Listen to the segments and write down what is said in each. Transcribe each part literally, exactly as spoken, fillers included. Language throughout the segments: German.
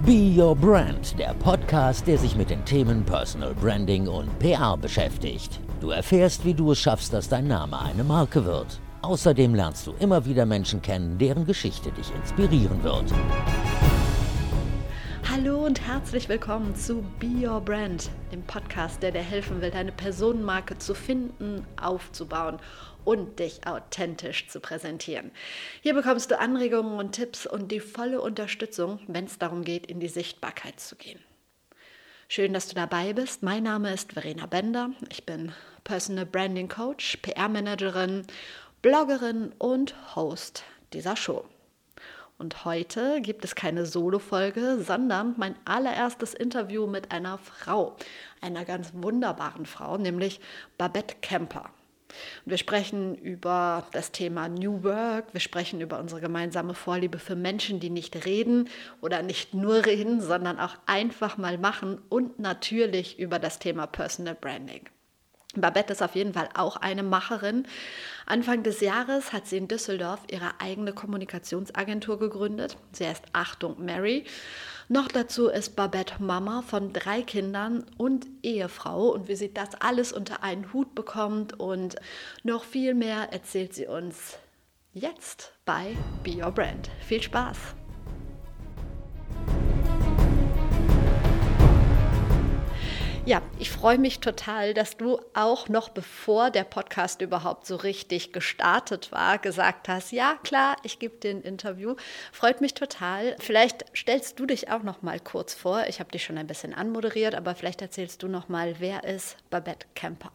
Be Your Brand, der Podcast, der sich mit den Themen Personal Branding und P R beschäftigt. Du erfährst, wie du es schaffst, dass dein Name eine Marke wird. Außerdem lernst du immer wieder Menschen kennen, deren Geschichte dich inspirieren wird. Hallo und herzlich willkommen zu Be Your Brand, dem Podcast, der dir helfen will, deine Personenmarke zu finden, aufzubauen und dich authentisch zu präsentieren. Hier bekommst du Anregungen und Tipps und die volle Unterstützung, wenn es darum geht, in die Sichtbarkeit zu gehen. Schön, dass du dabei bist. Mein Name ist Verena Bender. Ich bin Personal Branding Coach, P R-Managerin, Bloggerin und Host dieser Show. Und heute gibt es keine Solo-Folge, sondern mein allererstes Interview mit einer Frau, einer ganz wunderbaren Frau, nämlich Babette Kemper. Und wir sprechen über das Thema New Work, wir sprechen über unsere gemeinsame Vorliebe für Menschen, die nicht reden oder nicht nur reden, sondern auch einfach mal machen und natürlich über das Thema Personal Branding. Babette ist auf jeden Fall auch eine Macherin. Anfang des Jahres hat sie in Düsseldorf ihre eigene Kommunikationsagentur gegründet. Sie heißt Achtung Mary. Noch dazu ist Babette Mama von drei Kindern und Ehefrau. Und wie sie das alles unter einen Hut bekommt und noch viel mehr erzählt sie uns jetzt bei Be Your Brand. Viel Spaß! Ja, ich freue mich total, dass du auch noch bevor der Podcast überhaupt so richtig gestartet war, gesagt hast, ja klar, ich gebe dir ein Interview. Freut mich total. Vielleicht stellst du dich auch noch mal kurz vor. Ich habe dich schon ein bisschen anmoderiert, aber vielleicht erzählst du noch mal, wer ist Babette Kemper?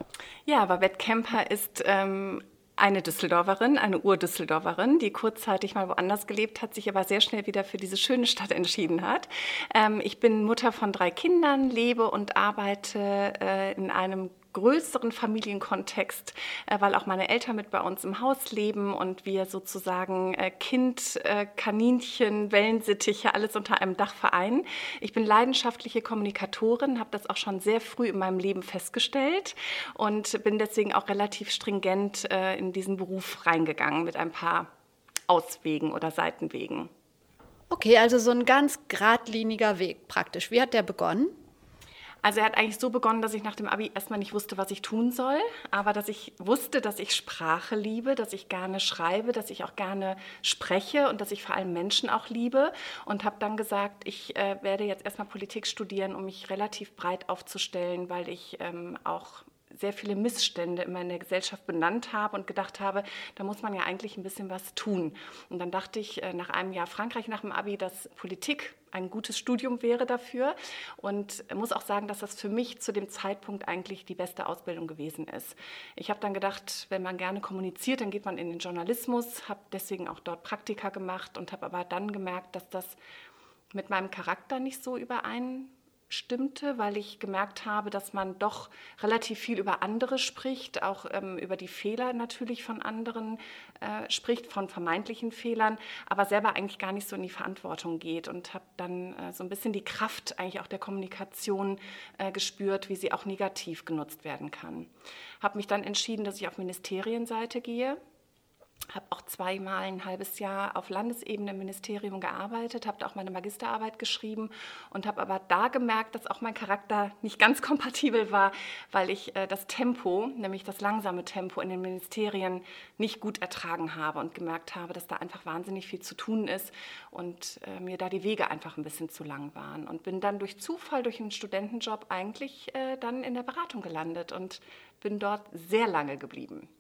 Ja, Babette Kemper ist ähm eine Düsseldorferin, eine Ur-Düsseldorferin, die kurzzeitig mal woanders gelebt hat, sich aber sehr schnell wieder für diese schöne Stadt entschieden hat. Ähm, ich bin Mutter von drei Kindern, lebe und arbeite äh, in einem größeren Familienkontext, äh, weil auch meine Eltern mit bei uns im Haus leben und wir sozusagen äh, Kind, äh, Kaninchen, Wellensittiche, alles unter einem Dach vereinen. Ich bin leidenschaftliche Kommunikatorin, habe das auch schon sehr früh in meinem Leben festgestellt und bin deswegen auch relativ stringent äh, in diesen Beruf reingegangen mit ein paar Auswegen oder Seitenwegen. Okay, also so ein ganz geradliniger Weg praktisch. Wie hat der begonnen? Also er hat eigentlich so begonnen, dass ich nach dem Abi erstmal nicht wusste, was ich tun soll, aber dass ich wusste, dass ich Sprache liebe, dass ich gerne schreibe, dass ich auch gerne spreche und dass ich vor allem Menschen auch liebe und habe dann gesagt, ich äh, werde jetzt erstmal Politik studieren, um mich relativ breit aufzustellen, weil ich ähm, auch sehr viele Missstände immer in der Gesellschaft benannt habe und gedacht habe, da muss man ja eigentlich ein bisschen was tun. Und dann dachte ich nach einem Jahr Frankreich nach dem Abi, dass Politik ein gutes Studium wäre dafür und muss auch sagen, dass das für mich zu dem Zeitpunkt eigentlich die beste Ausbildung gewesen ist. Ich habe dann gedacht, wenn man gerne kommuniziert, dann geht man in den Journalismus, habe deswegen auch dort Praktika gemacht und habe aber dann gemerkt, dass das mit meinem Charakter nicht so überein stimmte, weil ich gemerkt habe, dass man doch relativ viel über andere spricht, auch ähm, über die Fehler natürlich von anderen äh, spricht, von vermeintlichen Fehlern, aber selber eigentlich gar nicht so in die Verantwortung geht und habe dann äh, so ein bisschen die Kraft eigentlich auch der Kommunikation äh, gespürt, wie sie auch negativ genutzt werden kann. Habe mich dann entschieden, dass ich auf Ministerienseite gehe. Habe auch zweimal ein halbes Jahr auf Landesebene im Ministerium gearbeitet, habe da auch meine Magisterarbeit geschrieben und habe aber da gemerkt, dass auch mein Charakter nicht ganz kompatibel war, weil ich äh, das Tempo, nämlich das langsame Tempo in den Ministerien nicht gut ertragen habe und gemerkt habe, dass da einfach wahnsinnig viel zu tun ist und äh, mir da die Wege einfach ein bisschen zu lang waren und bin dann durch Zufall, durch einen Studentenjob eigentlich äh, dann in der Beratung gelandet und bin dort sehr lange geblieben.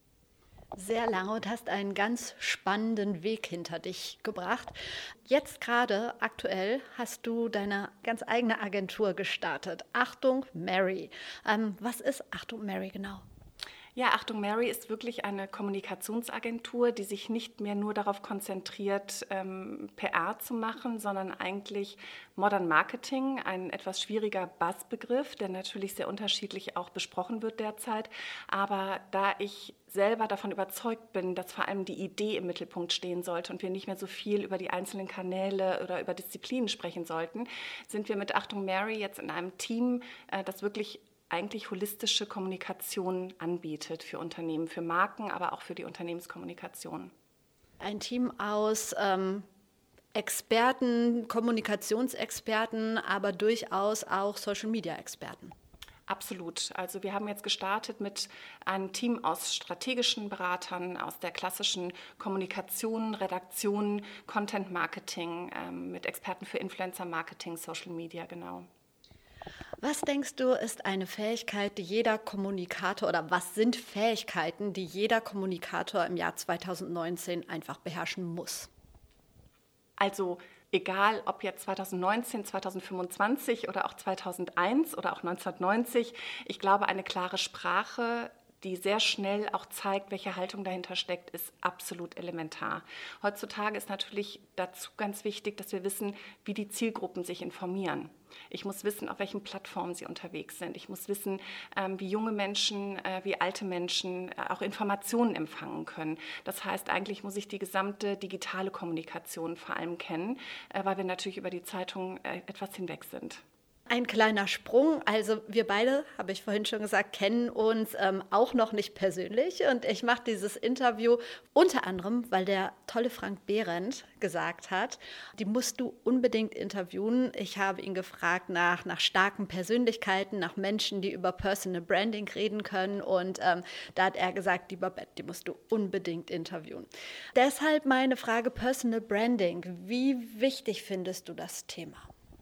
Sehr lange und hast einen ganz spannenden Weg hinter dich gebracht. Jetzt gerade, aktuell, hast du deine ganz eigene Agentur gestartet. Achtung Mary. Ähm, was ist Achtung Mary genau? Ja, Achtung Mary ist wirklich eine Kommunikationsagentur, die sich nicht mehr nur darauf konzentriert, ähm, P R zu machen, sondern eigentlich Modern Marketing, ein etwas schwieriger Buzzbegriff, der natürlich sehr unterschiedlich auch besprochen wird derzeit. Aber da ich selber davon überzeugt bin, dass vor allem die Idee im Mittelpunkt stehen sollte und wir nicht mehr so viel über die einzelnen Kanäle oder über Disziplinen sprechen sollten, sind wir mit Achtung Mary jetzt in einem Team, äh, das wirklich eigentlich holistische Kommunikation anbietet für Unternehmen, für Marken, aber auch für die Unternehmenskommunikation. Ein Team aus ähm, Experten, Kommunikationsexperten, aber durchaus auch Social-Media-Experten. Absolut. Also wir haben jetzt gestartet mit einem Team aus strategischen Beratern, aus der klassischen Kommunikation, Redaktion, Content Marketing, ähm, mit Experten für Influencer Marketing, Social Media, genau. Was denkst du, ist eine Fähigkeit, die jeder Kommunikator oder was sind Fähigkeiten, die jeder Kommunikator im Jahr zwanzig neunzehn einfach beherrschen muss? Also egal, ob jetzt zwanzig neunzehn, zwanzig fünfundzwanzig oder auch zweitausendeins oder auch neunzehnhundertneunzig, ich glaube, eine klare Sprache, die sehr schnell auch zeigt, welche Haltung dahinter steckt, ist absolut elementar. Heutzutage ist natürlich dazu ganz wichtig, dass wir wissen, wie die Zielgruppen sich informieren. Ich muss wissen, auf welchen Plattformen sie unterwegs sind. Ich muss wissen, ähm, wie junge Menschen, äh, wie alte Menschen äh, auch Informationen empfangen können. Das heißt, eigentlich muss ich die gesamte digitale Kommunikation vor allem kennen, äh, weil wir natürlich über die Zeitung äh, etwas hinweg sind. Ein kleiner Sprung, also wir beide, habe ich vorhin schon gesagt, kennen uns ähm, auch noch nicht persönlich und ich mache dieses Interview unter anderem, weil der tolle Frank Behrendt gesagt hat, die musst du unbedingt interviewen. Ich habe ihn gefragt nach, nach starken Persönlichkeiten, nach Menschen, die über Personal Branding reden können und ähm, da hat er gesagt, die Babette, die musst du unbedingt interviewen. Deshalb meine Frage Personal Branding, wie wichtig findest du das Thema?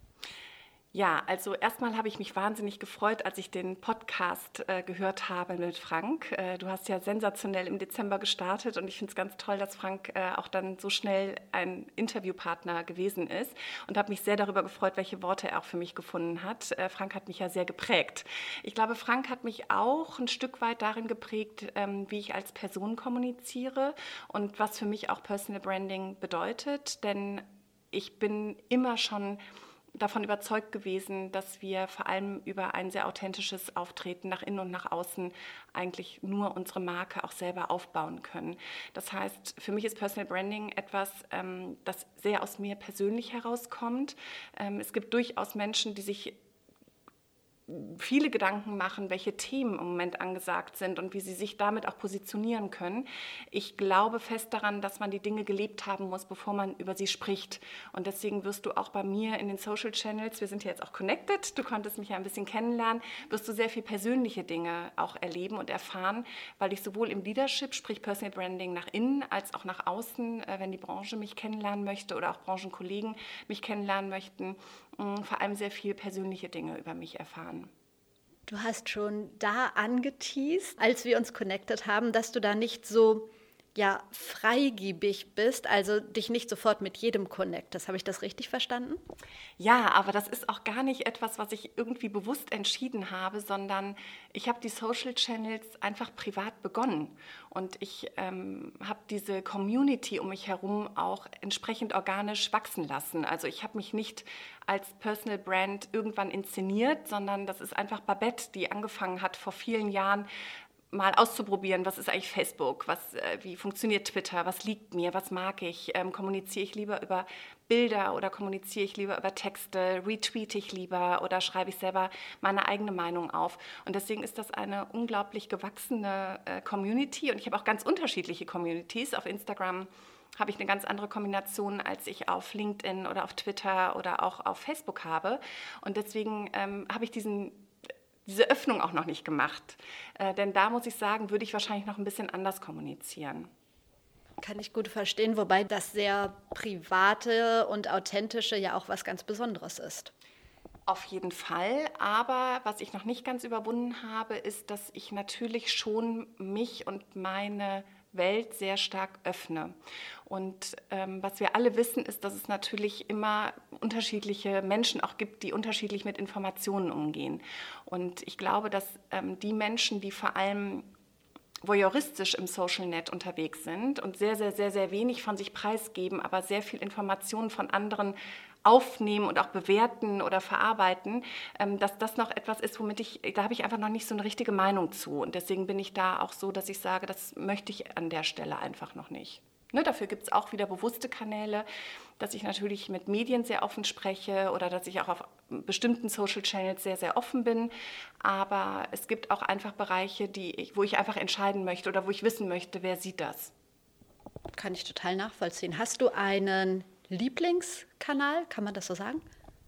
Ja, also erstmal habe ich mich wahnsinnig gefreut, als ich den Podcast äh, gehört habe mit Frank. Äh, du hast ja sensationell im Dezember gestartet und ich finde es ganz toll, dass Frank äh, auch dann so schnell ein Interviewpartner gewesen ist und habe mich sehr darüber gefreut, welche Worte er auch für mich gefunden hat. Äh, Frank hat mich ja sehr geprägt. Ich glaube, Frank hat mich auch ein Stück weit darin geprägt, ähm, wie ich als Person kommuniziere und was für mich auch Personal Branding bedeutet, denn ich bin immer schon davon überzeugt gewesen, dass wir vor allem über ein sehr authentisches Auftreten nach innen und nach außen eigentlich nur unsere Marke auch selber aufbauen können. Das heißt, für mich ist Personal Branding etwas, ähm, das sehr aus mir persönlich herauskommt. Ähm, es gibt durchaus Menschen, die sich viele Gedanken machen, welche Themen im Moment angesagt sind und wie sie sich damit auch positionieren können. Ich glaube fest daran, dass man die Dinge gelebt haben muss, bevor man über sie spricht. Und deswegen wirst du auch bei mir in den Social Channels, wir sind ja jetzt auch connected, du konntest mich ja ein bisschen kennenlernen, wirst du sehr viel persönliche Dinge auch erleben und erfahren, weil ich sowohl im Leadership, sprich Personal Branding nach innen, als auch nach außen, wenn die Branche mich kennenlernen möchte oder auch Branchenkollegen mich kennenlernen möchten, vor allem sehr viel persönliche Dinge über mich erfahren. Du hast schon da angeteast, als wir uns connected haben, dass du da nicht so ja, freigebig bist, also dich nicht sofort mit jedem connectest. Habe ich das richtig verstanden? Ja, aber das ist auch gar nicht etwas, was ich irgendwie bewusst entschieden habe, sondern ich habe die Social Channels einfach privat begonnen. Und ich ähm, habe diese Community um mich herum auch entsprechend organisch wachsen lassen. Also ich habe mich nicht als Personal Brand irgendwann inszeniert, sondern das ist einfach Babette, die angefangen hat vor vielen Jahren, mal auszuprobieren, was ist eigentlich Facebook, was, äh, wie funktioniert Twitter, was liegt mir, was mag ich, ähm, kommuniziere ich lieber über Bilder oder kommuniziere ich lieber über Texte, retweete ich lieber oder schreibe ich selber meine eigene Meinung auf. Und deswegen ist das eine unglaublich gewachsene äh, Community und ich habe auch ganz unterschiedliche Communities. Auf Instagram habe ich eine ganz andere Kombination, als ich auf LinkedIn oder auf Twitter oder auch auf Facebook habe. Und deswegen ähm, habe ich diesen diese Öffnung auch noch nicht gemacht. Äh, denn da muss ich sagen, würde ich wahrscheinlich noch ein bisschen anders kommunizieren. Kann ich gut verstehen, wobei das sehr Private und Authentische ja auch was ganz Besonderes ist. Auf jeden Fall, aber was ich noch nicht ganz überwunden habe, ist, dass ich natürlich schon mich und meine Welt sehr stark öffne. Und ähm, was wir alle wissen, ist, dass es natürlich immer unterschiedliche Menschen auch gibt, die unterschiedlich mit Informationen umgehen. Und ich glaube, dass ähm, die Menschen, die vor allem voyeuristisch im Social Net unterwegs sind und sehr, sehr, sehr, sehr wenig von sich preisgeben, aber sehr viel Informationen von anderen aufnehmen und auch bewerten oder verarbeiten, dass das noch etwas ist, womit ich, da habe ich einfach noch nicht so eine richtige Meinung zu. Und deswegen bin ich da auch so, dass ich sage, das möchte ich an der Stelle einfach noch nicht. Ne, dafür gibt es auch wieder bewusste Kanäle, dass ich natürlich mit Medien sehr offen spreche oder dass ich auch auf bestimmten Social Channels sehr, sehr offen bin. Aber es gibt auch einfach Bereiche, die ich, wo ich einfach entscheiden möchte oder wo ich wissen möchte, wer sieht das. Kann ich total nachvollziehen. Hast du einen Lieblingskanal, kann man das so sagen?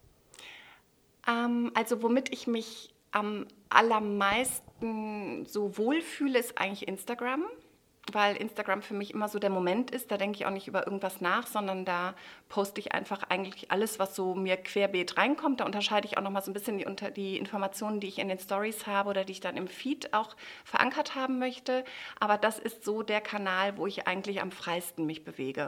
Ähm, also womit ich mich am allermeisten so wohlfühle, ist eigentlich Instagram, weil Instagram für mich immer so der Moment ist, da denke ich auch nicht über irgendwas nach, sondern da poste ich einfach eigentlich alles, was so mir querbeet reinkommt. Da unterscheide ich auch nochmal so ein bisschen die, unter, die Informationen, die ich in den Stories habe oder die ich dann im Feed auch verankert haben möchte. Aber das ist so der Kanal, wo ich eigentlich am freisten mich bewege.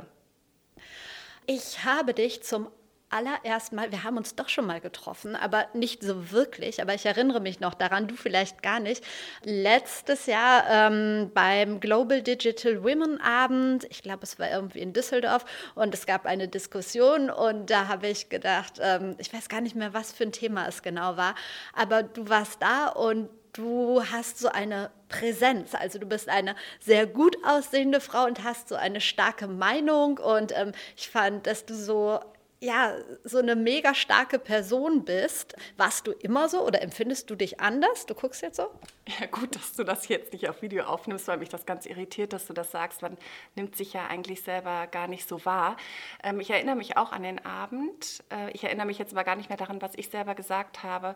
Ich habe dich zum allerersten Mal, wir haben uns doch schon mal getroffen, aber nicht so wirklich, aber ich erinnere mich noch daran, du vielleicht gar nicht, letztes Jahr ähm, beim Global Digital Women Abend, ich glaube, es war irgendwie in Düsseldorf und es gab eine Diskussion und da habe ich gedacht, ähm, ich weiß gar nicht mehr, was für ein Thema es genau war, aber du warst da und du hast so eine Präsenz, also du bist eine sehr gut aussehende Frau und hast so eine starke Meinung und ähm, ich fand, dass du so ja, so eine mega starke Person bist. Warst du immer so oder empfindest du dich anders? Du guckst jetzt so? Ja, gut, dass du das jetzt nicht auf Video aufnimmst, weil mich das ganz irritiert, dass du das sagst. Man nimmt sich ja eigentlich selber gar nicht so wahr. Ähm, ich erinnere mich auch an den Abend. Äh, ich erinnere mich jetzt aber gar nicht mehr daran, was ich selber gesagt habe.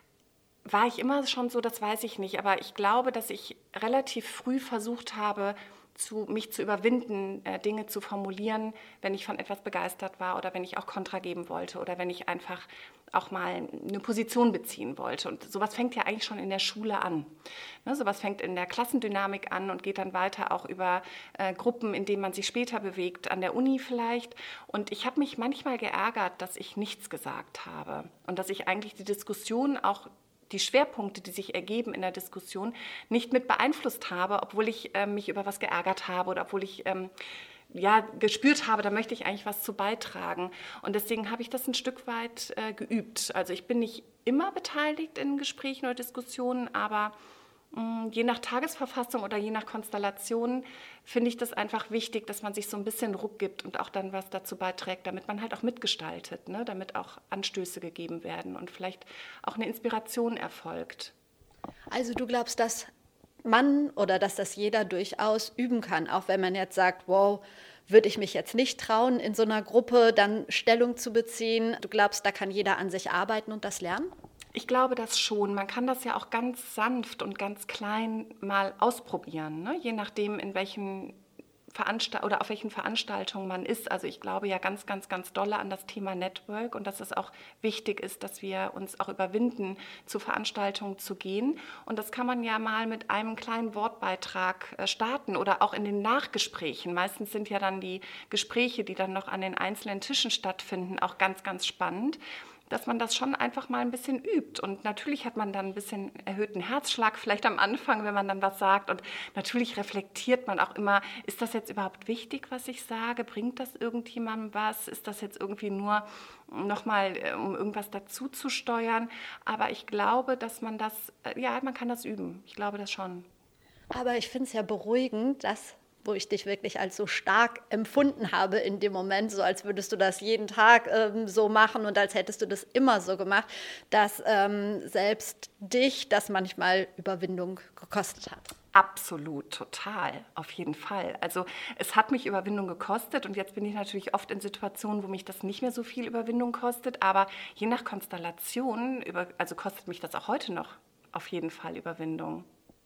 War ich immer schon so, das weiß ich nicht. Aber ich glaube, dass ich relativ früh versucht habe, Zu, mich zu überwinden, äh, Dinge zu formulieren, wenn ich von etwas begeistert war oder wenn ich auch Kontra geben wollte oder wenn ich einfach auch mal eine Position beziehen wollte. Und sowas fängt ja eigentlich schon in der Schule an. Ne, sowas fängt in der Klassendynamik an und geht dann weiter auch über äh, Gruppen, in denen man sich später bewegt, an der Uni vielleicht. Und ich habe mich manchmal geärgert, dass ich nichts gesagt habe und dass ich eigentlich die Diskussion auch die Schwerpunkte, die sich ergeben in der Diskussion, nicht mit beeinflusst habe, obwohl ich äh, mich über was geärgert habe oder obwohl ich ähm, ja, gespürt habe, da möchte ich eigentlich was zu beitragen. Und deswegen habe ich das ein Stück weit äh, geübt. Also ich bin nicht immer beteiligt in Gesprächen oder Diskussionen, aber mh, je nach Tagesverfassung oder je nach Konstellation finde ich das einfach wichtig, dass man sich so ein bisschen Ruck gibt und auch dann was dazu beiträgt, damit man halt auch mitgestaltet, ne? Damit auch Anstöße gegeben werden und vielleicht auch eine Inspiration erfolgt. Also du glaubst, dass man oder dass das jeder durchaus üben kann, auch wenn man jetzt sagt, wow, würde ich mich jetzt nicht trauen, in so einer Gruppe dann Stellung zu beziehen. Du glaubst, da kann jeder an sich arbeiten und das lernen? Ich glaube das schon. Man kann das ja auch ganz sanft und ganz klein mal ausprobieren, ne? Je nachdem, in welchen Veranstalt- oder auf welchen Veranstaltungen man ist. Also ich glaube ja ganz, ganz, ganz dolle an das Thema Network und dass es auch wichtig ist, dass wir uns auch überwinden, zu Veranstaltungen zu gehen. Und das kann man ja mal mit einem kleinen Wortbeitrag starten oder auch in den Nachgesprächen. Meistens sind ja dann die Gespräche, die dann noch an den einzelnen Tischen stattfinden, auch ganz, ganz spannend, dass man das schon einfach mal ein bisschen übt. Und natürlich hat man dann ein bisschen erhöhten Herzschlag, vielleicht am Anfang, wenn man dann was sagt. Und natürlich reflektiert man auch immer, ist das jetzt überhaupt wichtig, was ich sage? Bringt das irgendjemandem was? Ist das jetzt irgendwie nur nochmal, um irgendwas dazu zu steuern? Aber ich glaube, dass man das, ja, man kann das üben. Ich glaube das schon. Aber ich finde es ja beruhigend, dass wo ich dich wirklich als so stark empfunden habe in dem Moment, so als würdest du das jeden Tag ähm, so machen und als hättest du das immer so gemacht, dass ähm, selbst dich das manchmal Überwindung gekostet hat. Absolut, total, auf jeden Fall. Also es hat mich Überwindung gekostet und jetzt bin ich natürlich oft in Situationen, wo mich das nicht mehr so viel Überwindung kostet, aber je nach Konstellation, über, also kostet mich das auch heute noch auf jeden Fall Überwindung.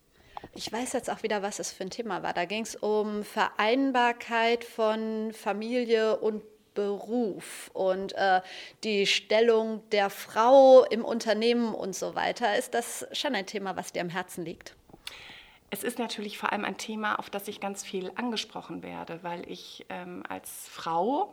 Ich weiß jetzt auch wieder, was es für ein Thema war. Da ging es um Vereinbarkeit von Familie und Beruf und äh, die Stellung der Frau im Unternehmen und so weiter. Ist das schon ein Thema, was dir am Herzen liegt? Es ist natürlich vor allem ein Thema, auf das ich ganz viel angesprochen werde, weil ich ähm, als Frau,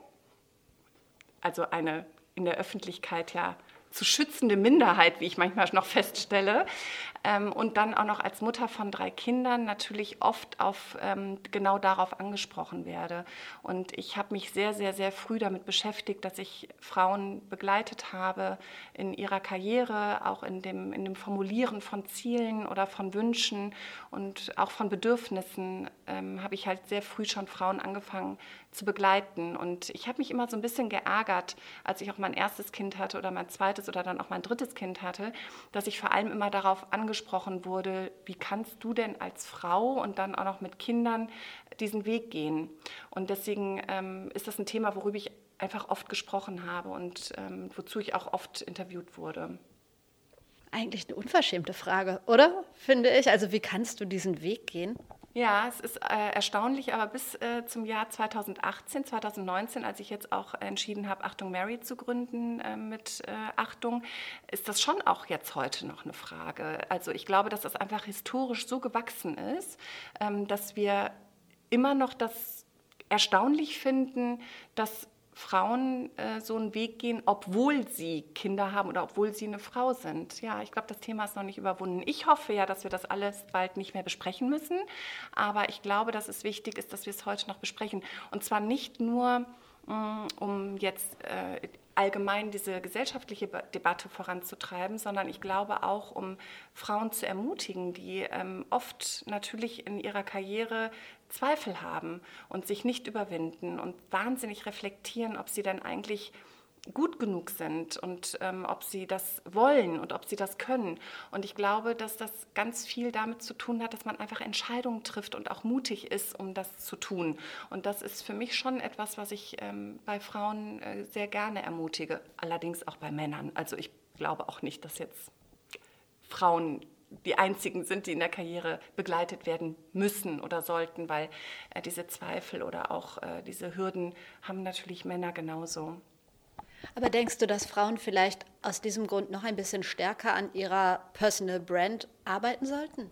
also eine in der Öffentlichkeit ja zu schützende Minderheit, wie ich manchmal noch feststelle, ähm, und dann auch noch als Mutter von drei Kindern natürlich oft auf, ähm, genau darauf angesprochen werde. Und ich habe mich sehr, sehr, sehr früh damit beschäftigt, dass ich Frauen begleitet habe in ihrer Karriere, auch in dem, in dem Formulieren von Zielen oder von Wünschen und auch von Bedürfnissen ähm, habe ich halt sehr früh schon Frauen angefangen zu begleiten. Und ich habe mich immer so ein bisschen geärgert, als ich auch mein erstes Kind hatte oder mein zweites oder dann auch mein drittes Kind hatte, dass ich vor allem immer darauf angesprochen wurde, wie kannst du denn als Frau und dann auch noch mit Kindern diesen Weg gehen? Und deswegen ähm, ist das ein Thema, worüber ich einfach oft gesprochen habe und ähm, wozu ich auch oft interviewt wurde. Eigentlich eine unverschämte Frage, oder? Finde ich. Also wie kannst du diesen Weg gehen? Ja, es ist äh, erstaunlich, aber bis äh, zum Jahr zweitausendachtzehn, zweitausendneunzehn, als ich jetzt auch entschieden habe, Achtung Mary zu gründen äh, mit äh, Achtung, ist das schon auch jetzt heute noch eine Frage. Also ich glaube, dass das einfach historisch so gewachsen ist, ähm, dass wir immer noch das erstaunlich finden, dass Frauen äh, so einen Weg gehen, obwohl sie Kinder haben oder obwohl sie eine Frau sind. Ja, ich glaube, das Thema ist noch nicht überwunden. Ich hoffe ja, dass wir das alles bald nicht mehr besprechen müssen, aber ich glaube, dass es wichtig ist, dass wir es heute noch besprechen. Und zwar nicht nur, mh, um jetzt äh, allgemein diese gesellschaftliche Debatte voranzutreiben, sondern ich glaube auch, um Frauen zu ermutigen, die ähm, oft natürlich in ihrer Karriere Zweifel haben und sich nicht überwinden und wahnsinnig reflektieren, ob sie denn eigentlich gut genug sind und ähm, ob sie das wollen und ob sie das können. Und ich glaube, dass das ganz viel damit zu tun hat, dass man einfach Entscheidungen trifft und auch mutig ist, um das zu tun. Und das ist für mich schon etwas, was ich ähm, bei Frauen äh, sehr gerne ermutige, allerdings auch bei Männern. Also ich glaube auch nicht, dass jetzt Frauen die einzigen sind, die in der Karriere begleitet werden müssen oder sollten, weil äh, diese Zweifel oder auch äh, diese Hürden haben natürlich Männer genauso. Aber denkst du, dass Frauen vielleicht aus diesem Grund noch ein bisschen stärker an ihrer Personal Brand arbeiten sollten?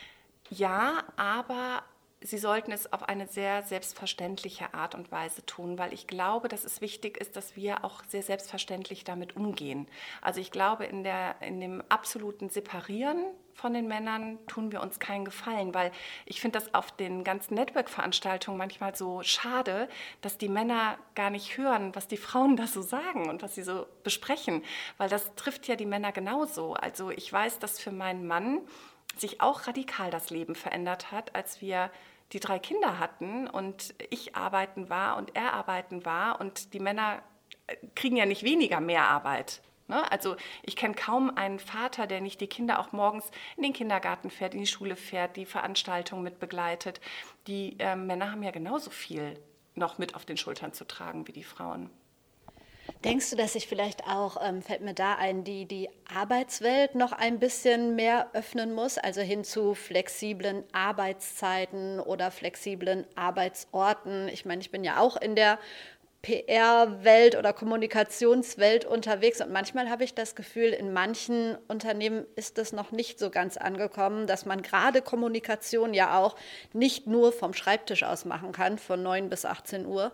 Ja, aber sie sollten es auf eine sehr selbstverständliche Art und Weise tun, weil ich glaube, dass es wichtig ist, dass wir auch sehr selbstverständlich damit umgehen. Also ich glaube, in, der, in dem absoluten Separieren von den Männern tun wir uns keinen Gefallen, weil ich finde das auf den ganzen Network-Veranstaltungen manchmal so schade, dass die Männer gar nicht hören, was die Frauen da so sagen und was sie so besprechen, weil das trifft ja die Männer genauso. Also ich weiß, dass für meinen Mann sich auch radikal das Leben verändert hat, als wir die drei Kinder hatten und ich arbeiten war und er arbeiten war und die Männer kriegen ja nicht weniger mehr Arbeit. Ne? Also ich kenne kaum einen Vater, der nicht die Kinder auch morgens in den Kindergarten fährt, in die Schule fährt, die Veranstaltung mit begleitet. Die äh, Männer haben ja genauso viel noch mit auf den Schultern zu tragen wie die Frauen. Denkst du, dass sich vielleicht auch, ähm, fällt mir da ein, die, die Arbeitswelt noch ein bisschen mehr öffnen muss, also hin zu flexiblen Arbeitszeiten oder flexiblen Arbeitsorten? Ich meine, ich bin ja auch in der P R-Welt oder Kommunikationswelt unterwegs und manchmal habe ich das Gefühl, in manchen Unternehmen ist es noch nicht so ganz angekommen, dass man gerade Kommunikation ja auch nicht nur vom Schreibtisch aus machen kann, von neun bis achtzehn Uhr.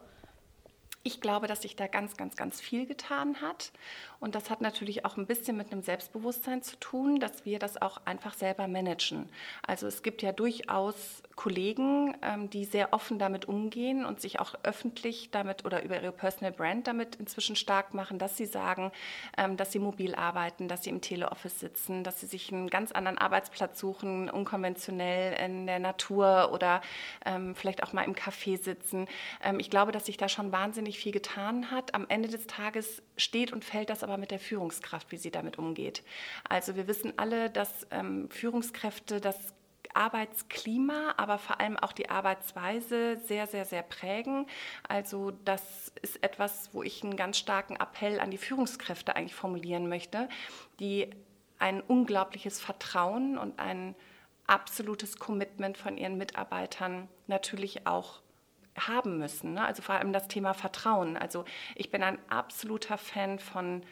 Ich glaube, dass sich da ganz, ganz, ganz viel getan hat. Und das hat natürlich auch ein bisschen mit einem Selbstbewusstsein zu tun, dass wir das auch einfach selber managen. Also es gibt ja durchaus Kollegen, die sehr offen damit umgehen und sich auch öffentlich damit oder über ihre Personal Brand damit inzwischen stark machen, dass sie sagen, dass sie mobil arbeiten, dass sie im Teleoffice sitzen, dass sie sich einen ganz anderen Arbeitsplatz suchen, unkonventionell in der Natur oder vielleicht auch mal im Café sitzen. Ich glaube, dass sich da schon wahnsinnig viel getan hat. Am Ende des Tages steht und fällt das aber mit der Führungskraft, wie sie damit umgeht. Also wir wissen alle, dass ähm, Führungskräfte das Arbeitsklima, aber vor allem auch die Arbeitsweise sehr, sehr, sehr prägen. Also das ist etwas, wo ich einen ganz starken Appell an die Führungskräfte eigentlich formulieren möchte, die ein unglaubliches Vertrauen und ein absolutes Commitment von ihren Mitarbeitern natürlich auch haben müssen. Ne? Also vor allem das Thema Vertrauen. Also ich bin ein absoluter Fan von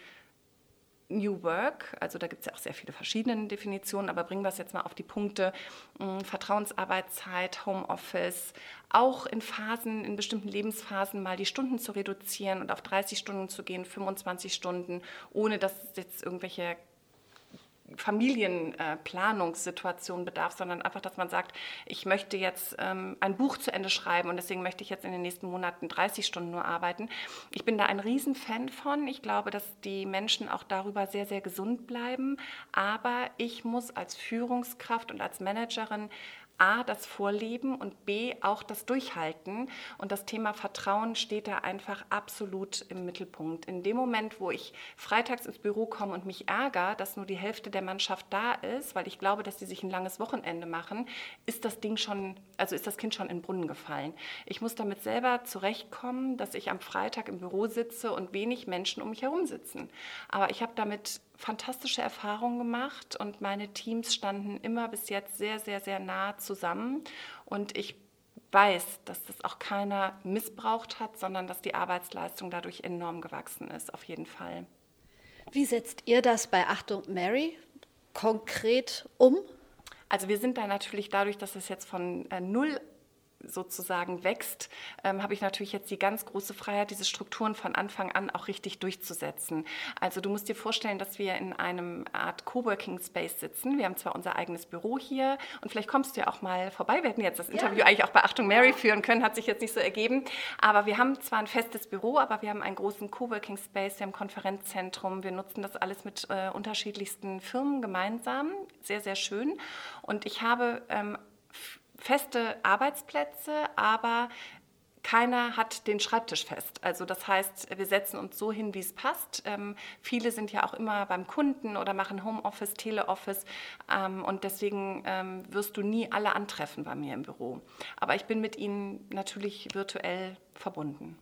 New Work, also da gibt es ja auch sehr viele verschiedene Definitionen, aber bringen wir es jetzt mal auf die Punkte, mh, Vertrauensarbeitszeit, Homeoffice, auch in Phasen, in bestimmten Lebensphasen mal die Stunden zu reduzieren und auf dreißig Stunden zu gehen, fünfundzwanzig Stunden, ohne dass es jetzt irgendwelche Familienplanungssituation bedarf, sondern einfach, dass man sagt, ich möchte jetzt ähm, ein Buch zu Ende schreiben und deswegen möchte ich jetzt in den nächsten Monaten dreißig Stunden nur arbeiten. Ich bin da ein Riesenfan von. Ich glaube, dass die Menschen auch darüber sehr, sehr gesund bleiben. Aber ich muss als Führungskraft und als Managerin A, das Vorleben und B, auch das Durchhalten. Und das Thema Vertrauen steht da einfach absolut im Mittelpunkt. In dem Moment, wo ich freitags ins Büro komme und mich ärgere, dass nur die Hälfte der Mannschaft da ist, weil ich glaube, dass die sich ein langes Wochenende machen, ist das Ding schon, also ist das Kind schon in den Brunnen gefallen. Ich muss damit selber zurechtkommen, dass ich am Freitag im Büro sitze und wenig Menschen um mich herum sitzen. Aber ich habe damit fantastische Erfahrungen gemacht und meine Teams standen immer bis jetzt sehr, sehr, sehr nah zusammen. Und ich weiß, dass das auch keiner missbraucht hat, sondern dass die Arbeitsleistung dadurch enorm gewachsen ist, auf jeden Fall. Wie setzt ihr das bei Achtung Mary konkret um? Also wir sind da natürlich dadurch, dass es jetzt von äh, null sozusagen wächst, ähm, habe ich natürlich jetzt die ganz große Freiheit, diese Strukturen von Anfang an auch richtig durchzusetzen. Also du musst dir vorstellen, dass wir in einem Art Coworking Space sitzen. Wir haben zwar unser eigenes Büro hier und vielleicht kommst du ja auch mal vorbei. Wir hätten jetzt das Interview ja. eigentlich auch bei Achtung Mary führen können, hat sich jetzt nicht so ergeben. Aber wir haben zwar ein festes Büro, aber wir haben einen großen Coworking Space, wir haben ein Konferenzzentrum. Wir nutzen das alles mit äh, unterschiedlichsten Firmen gemeinsam. Sehr, sehr schön. Und ich habe ähm, feste Arbeitsplätze, aber keiner hat den Schreibtisch fest. Also das heißt, wir setzen uns so hin, wie es passt. Ähm, viele sind ja auch immer beim Kunden oder machen Homeoffice, Teleoffice ähm, und deswegen ähm, wirst du nie alle antreffen bei mir im Büro. Aber ich bin mit ihnen natürlich virtuell verbunden.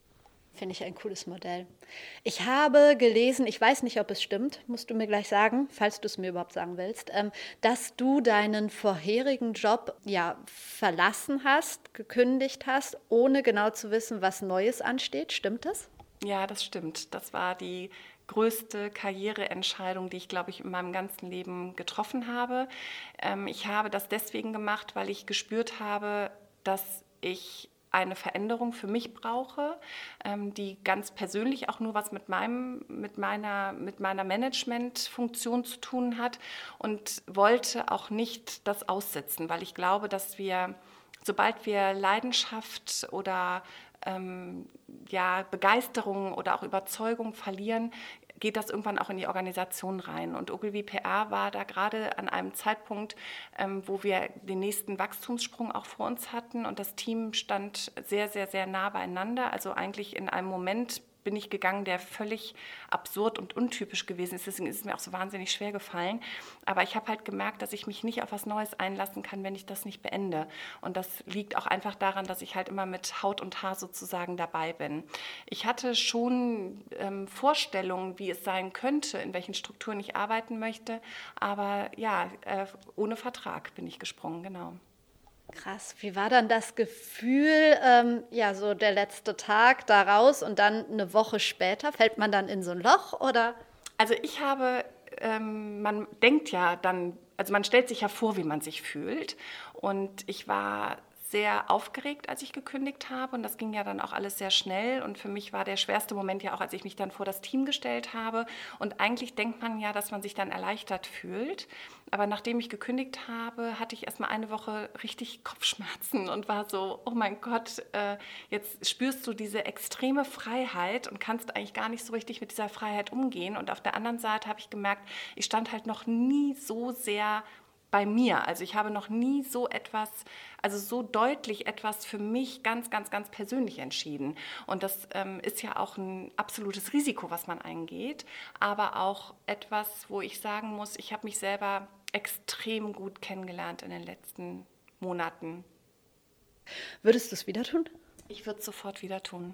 Finde ich ein cooles Modell. Ich habe gelesen, ich weiß nicht, ob es stimmt, musst du mir gleich sagen, falls du es mir überhaupt sagen willst, ähm, dass du deinen vorherigen Job ja verlassen hast, gekündigt hast, ohne genau zu wissen, was Neues ansteht. Stimmt das? Ja, das stimmt. Das war die größte Karriereentscheidung, die ich, glaube ich, in meinem ganzen Leben getroffen habe. Ähm, ich habe das deswegen gemacht, weil ich gespürt habe, dass ich eine Veränderung für mich brauche, ähm, die ganz persönlich auch nur was mit meinem, mit meiner, mit meiner Managementfunktion zu tun hat und wollte auch nicht das aussitzen, weil ich glaube, dass wir, sobald wir Leidenschaft oder ähm, ja, Begeisterung oder auch Überzeugung verlieren, geht das irgendwann auch in die Organisation rein. Und Ogilvy P R war da gerade an einem Zeitpunkt, ähm, wo wir den nächsten Wachstumssprung auch vor uns hatten und das Team stand sehr, sehr, sehr nah beieinander. Also eigentlich in einem Moment bin ich gegangen, der völlig absurd und untypisch gewesen ist. Deswegen ist es mir auch so wahnsinnig schwer gefallen. Aber ich habe halt gemerkt, dass ich mich nicht auf was Neues einlassen kann, wenn ich das nicht beende. Und das liegt auch einfach daran, dass ich halt immer mit Haut und Haar sozusagen dabei bin. Ich hatte schon ähm, Vorstellungen, wie es sein könnte, in welchen Strukturen ich arbeiten möchte. Aber ja, äh, ohne Vertrag bin ich gesprungen, genau. Krass, wie war dann das Gefühl, ähm, ja, so der letzte Tag da raus und dann eine Woche später, fällt man dann in so ein Loch oder? Also ich habe, ähm, man denkt ja dann, also man stellt sich ja vor, wie man sich fühlt und ich war sehr aufgeregt, als ich gekündigt habe und das ging ja dann auch alles sehr schnell und für mich war der schwerste Moment ja auch, als ich mich dann vor das Team gestellt habe und eigentlich denkt man ja, dass man sich dann erleichtert fühlt, aber nachdem ich gekündigt habe, hatte ich erstmal eine Woche richtig Kopfschmerzen und war so, oh mein Gott, äh, jetzt spürst du diese extreme Freiheit und kannst eigentlich gar nicht so richtig mit dieser Freiheit umgehen und auf der anderen Seite habe ich gemerkt, ich stand halt noch nie so sehr bei mir. Also ich habe noch nie so etwas, also so deutlich etwas für mich ganz, ganz, ganz persönlich entschieden. Und das ähm, ist ja auch ein absolutes Risiko, was man eingeht, aber auch etwas, wo ich sagen muss, ich habe mich selber extrem gut kennengelernt in den letzten Monaten. Würdest du es wieder tun? Ich würde es sofort wieder tun.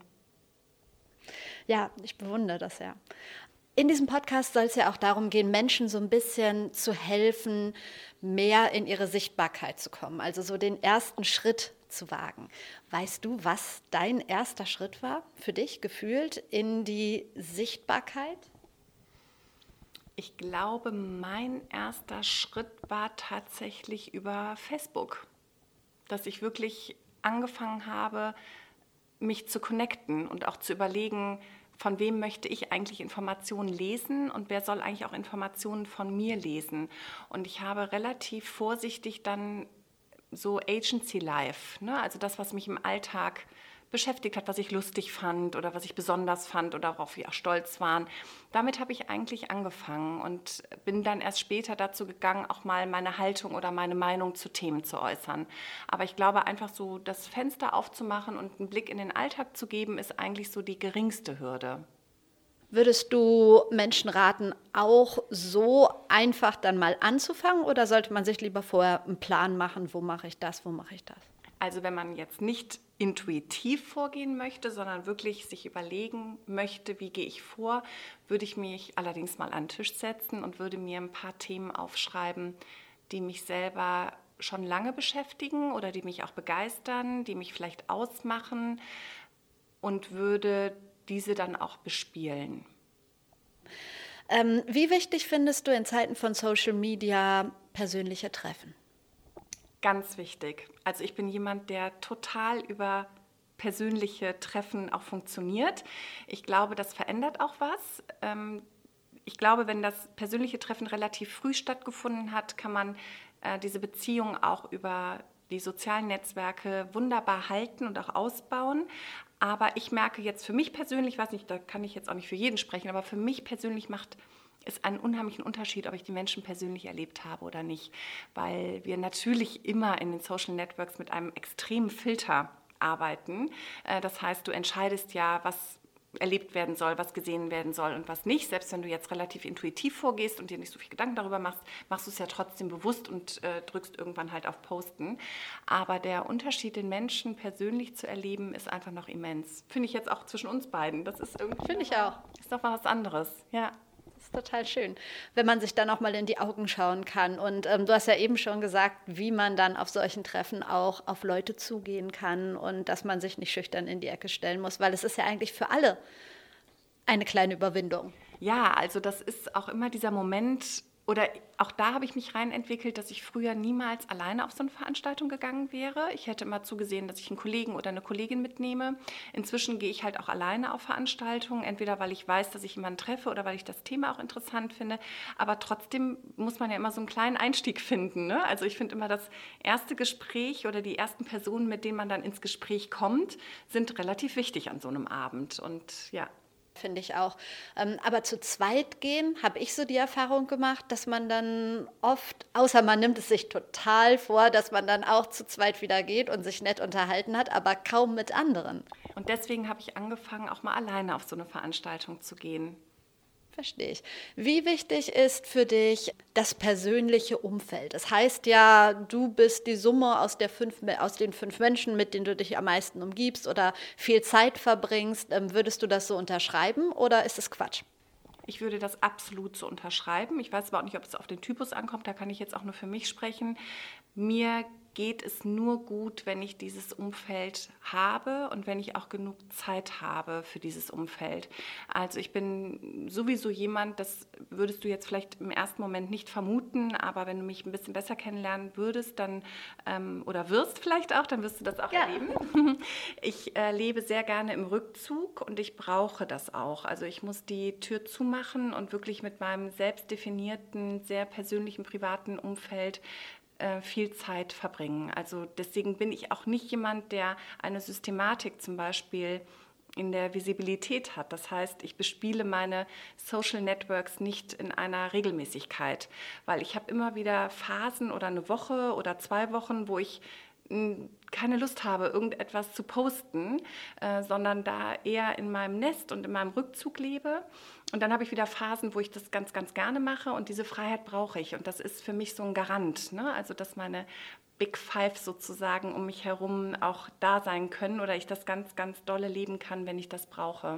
Ja, ich bewundere das ja. In diesem Podcast soll es ja auch darum gehen, Menschen so ein bisschen zu helfen, mehr in ihre Sichtbarkeit zu kommen, also so den ersten Schritt zu wagen. Weißt du, was dein erster Schritt war für dich, gefühlt, in die Sichtbarkeit? Ich glaube, mein erster Schritt war tatsächlich über Facebook, dass ich wirklich angefangen habe, mich zu connecten und auch zu überlegen, von wem möchte ich eigentlich Informationen lesen und wer soll eigentlich auch Informationen von mir lesen. Und ich habe relativ vorsichtig dann so Agency Life, ne, also das, was mich im Alltag beschäftigt hat, was ich lustig fand oder was ich besonders fand oder worauf wir auch stolz waren. Damit habe ich eigentlich angefangen und bin dann erst später dazu gegangen, auch mal meine Haltung oder meine Meinung zu Themen zu äußern. Aber ich glaube, einfach so das Fenster aufzumachen und einen Blick in den Alltag zu geben, ist eigentlich so die geringste Hürde. Würdest du Menschen raten, auch so einfach dann mal anzufangen oder sollte man sich lieber vorher einen Plan machen, wo mache ich das, wo mache ich das? Also wenn man jetzt nicht intuitiv vorgehen möchte, sondern wirklich sich überlegen möchte, wie gehe ich vor, würde ich mich allerdings mal an den Tisch setzen und würde mir ein paar Themen aufschreiben, die mich selber schon lange beschäftigen oder die mich auch begeistern, die mich vielleicht ausmachen und würde diese dann auch bespielen. Ähm, wie wichtig findest du in Zeiten von Social Media persönliche Treffen? Ganz wichtig. Also ich bin jemand, der total über persönliche Treffen auch funktioniert. Ich glaube, das verändert auch was. Ähm, ich glaube, wenn das persönliche Treffen relativ früh stattgefunden hat, kann man äh, diese Beziehung auch über die sozialen Netzwerke wunderbar halten und auch ausbauen. Aber ich merke jetzt für mich persönlich, weiß nicht, da kann ich jetzt auch nicht für jeden sprechen, aber für mich persönlich macht es einen unheimlichen Unterschied, ob ich die Menschen persönlich erlebt habe oder nicht. Weil wir natürlich immer in den Social Networks mit einem extremen Filter arbeiten. Das heißt, du entscheidest ja, was erlebt werden soll, was gesehen werden soll und was nicht. Selbst wenn du jetzt relativ intuitiv vorgehst und dir nicht so viel Gedanken darüber machst, machst du es ja trotzdem bewusst und äh, drückst irgendwann halt auf Posten. Aber der Unterschied, den Menschen persönlich zu erleben, ist einfach noch immens. Finde ich jetzt auch zwischen uns beiden. Das ist irgendwie Finde ich auch. Ist doch mal was anderes, ja. Das ist total schön, wenn man sich dann auch mal in die Augen schauen kann. Und ähm, du hast ja eben schon gesagt, wie man dann auf solchen Treffen auch auf Leute zugehen kann und dass man sich nicht schüchtern in die Ecke stellen muss, weil es ist ja eigentlich für alle eine kleine Überwindung. Ja, also das ist auch immer dieser Moment, oder auch da habe ich mich rein entwickelt, dass ich früher niemals alleine auf so eine Veranstaltung gegangen wäre. Ich hätte immer zugesehen, dass ich einen Kollegen oder eine Kollegin mitnehme. Inzwischen gehe ich halt auch alleine auf Veranstaltungen, entweder weil ich weiß, dass ich jemanden treffe oder weil ich das Thema auch interessant finde. Aber trotzdem muss man ja immer so einen kleinen Einstieg finden, ne? Also ich finde immer, das erste Gespräch oder die ersten Personen, mit denen man dann ins Gespräch kommt, sind relativ wichtig an so einem Abend. Und ja. Finde ich auch. Ähm, aber zu zweit gehen, habe ich so die Erfahrung gemacht, dass man dann oft, außer man nimmt es sich total vor, dass man dann auch zu zweit wieder geht und sich nett unterhalten hat, aber kaum mit anderen. Und deswegen habe ich angefangen, auch mal alleine auf so eine Veranstaltung zu gehen. Verstehe ich. Wie wichtig ist für dich das persönliche Umfeld? Das heißt ja, du bist die Summe aus, der fünf, aus den fünf Menschen, mit denen du dich am meisten umgibst oder viel Zeit verbringst. Würdest du das so unterschreiben oder ist es Quatsch? Ich würde das absolut so unterschreiben. Ich weiß aber auch nicht, ob es auf den Typus ankommt. Da kann ich jetzt auch nur für mich sprechen. Mir geht es nur gut, wenn ich dieses Umfeld habe und wenn ich auch genug Zeit habe für dieses Umfeld. Also ich bin sowieso jemand, das würdest du jetzt vielleicht im ersten Moment nicht vermuten, aber wenn du mich ein bisschen besser kennenlernen würdest, dann ähm, oder wirst vielleicht auch, dann wirst du das auch ja. erleben. Ich äh, lebe sehr gerne im Rückzug und ich brauche das auch. Also ich muss die Tür zumachen und wirklich mit meinem selbst definierten, sehr persönlichen, privaten Umfeld viel Zeit verbringen. Also deswegen bin ich auch nicht jemand, der eine Systematik zum Beispiel in der Visibilität hat. Das heißt, ich bespiele meine Social Networks nicht in einer Regelmäßigkeit, weil ich habe immer wieder Phasen oder eine Woche oder zwei Wochen, wo ich keine Lust habe, irgendetwas zu posten, äh, sondern da eher in meinem Nest und in meinem Rückzug lebe. Und dann habe ich wieder Phasen, wo ich das ganz, ganz gerne mache und diese Freiheit brauche ich. Und das ist für mich so ein Garant, ne? Also dass meine Big Five sozusagen um mich herum auch da sein können oder ich das ganz, ganz dolle leben kann, wenn ich das brauche.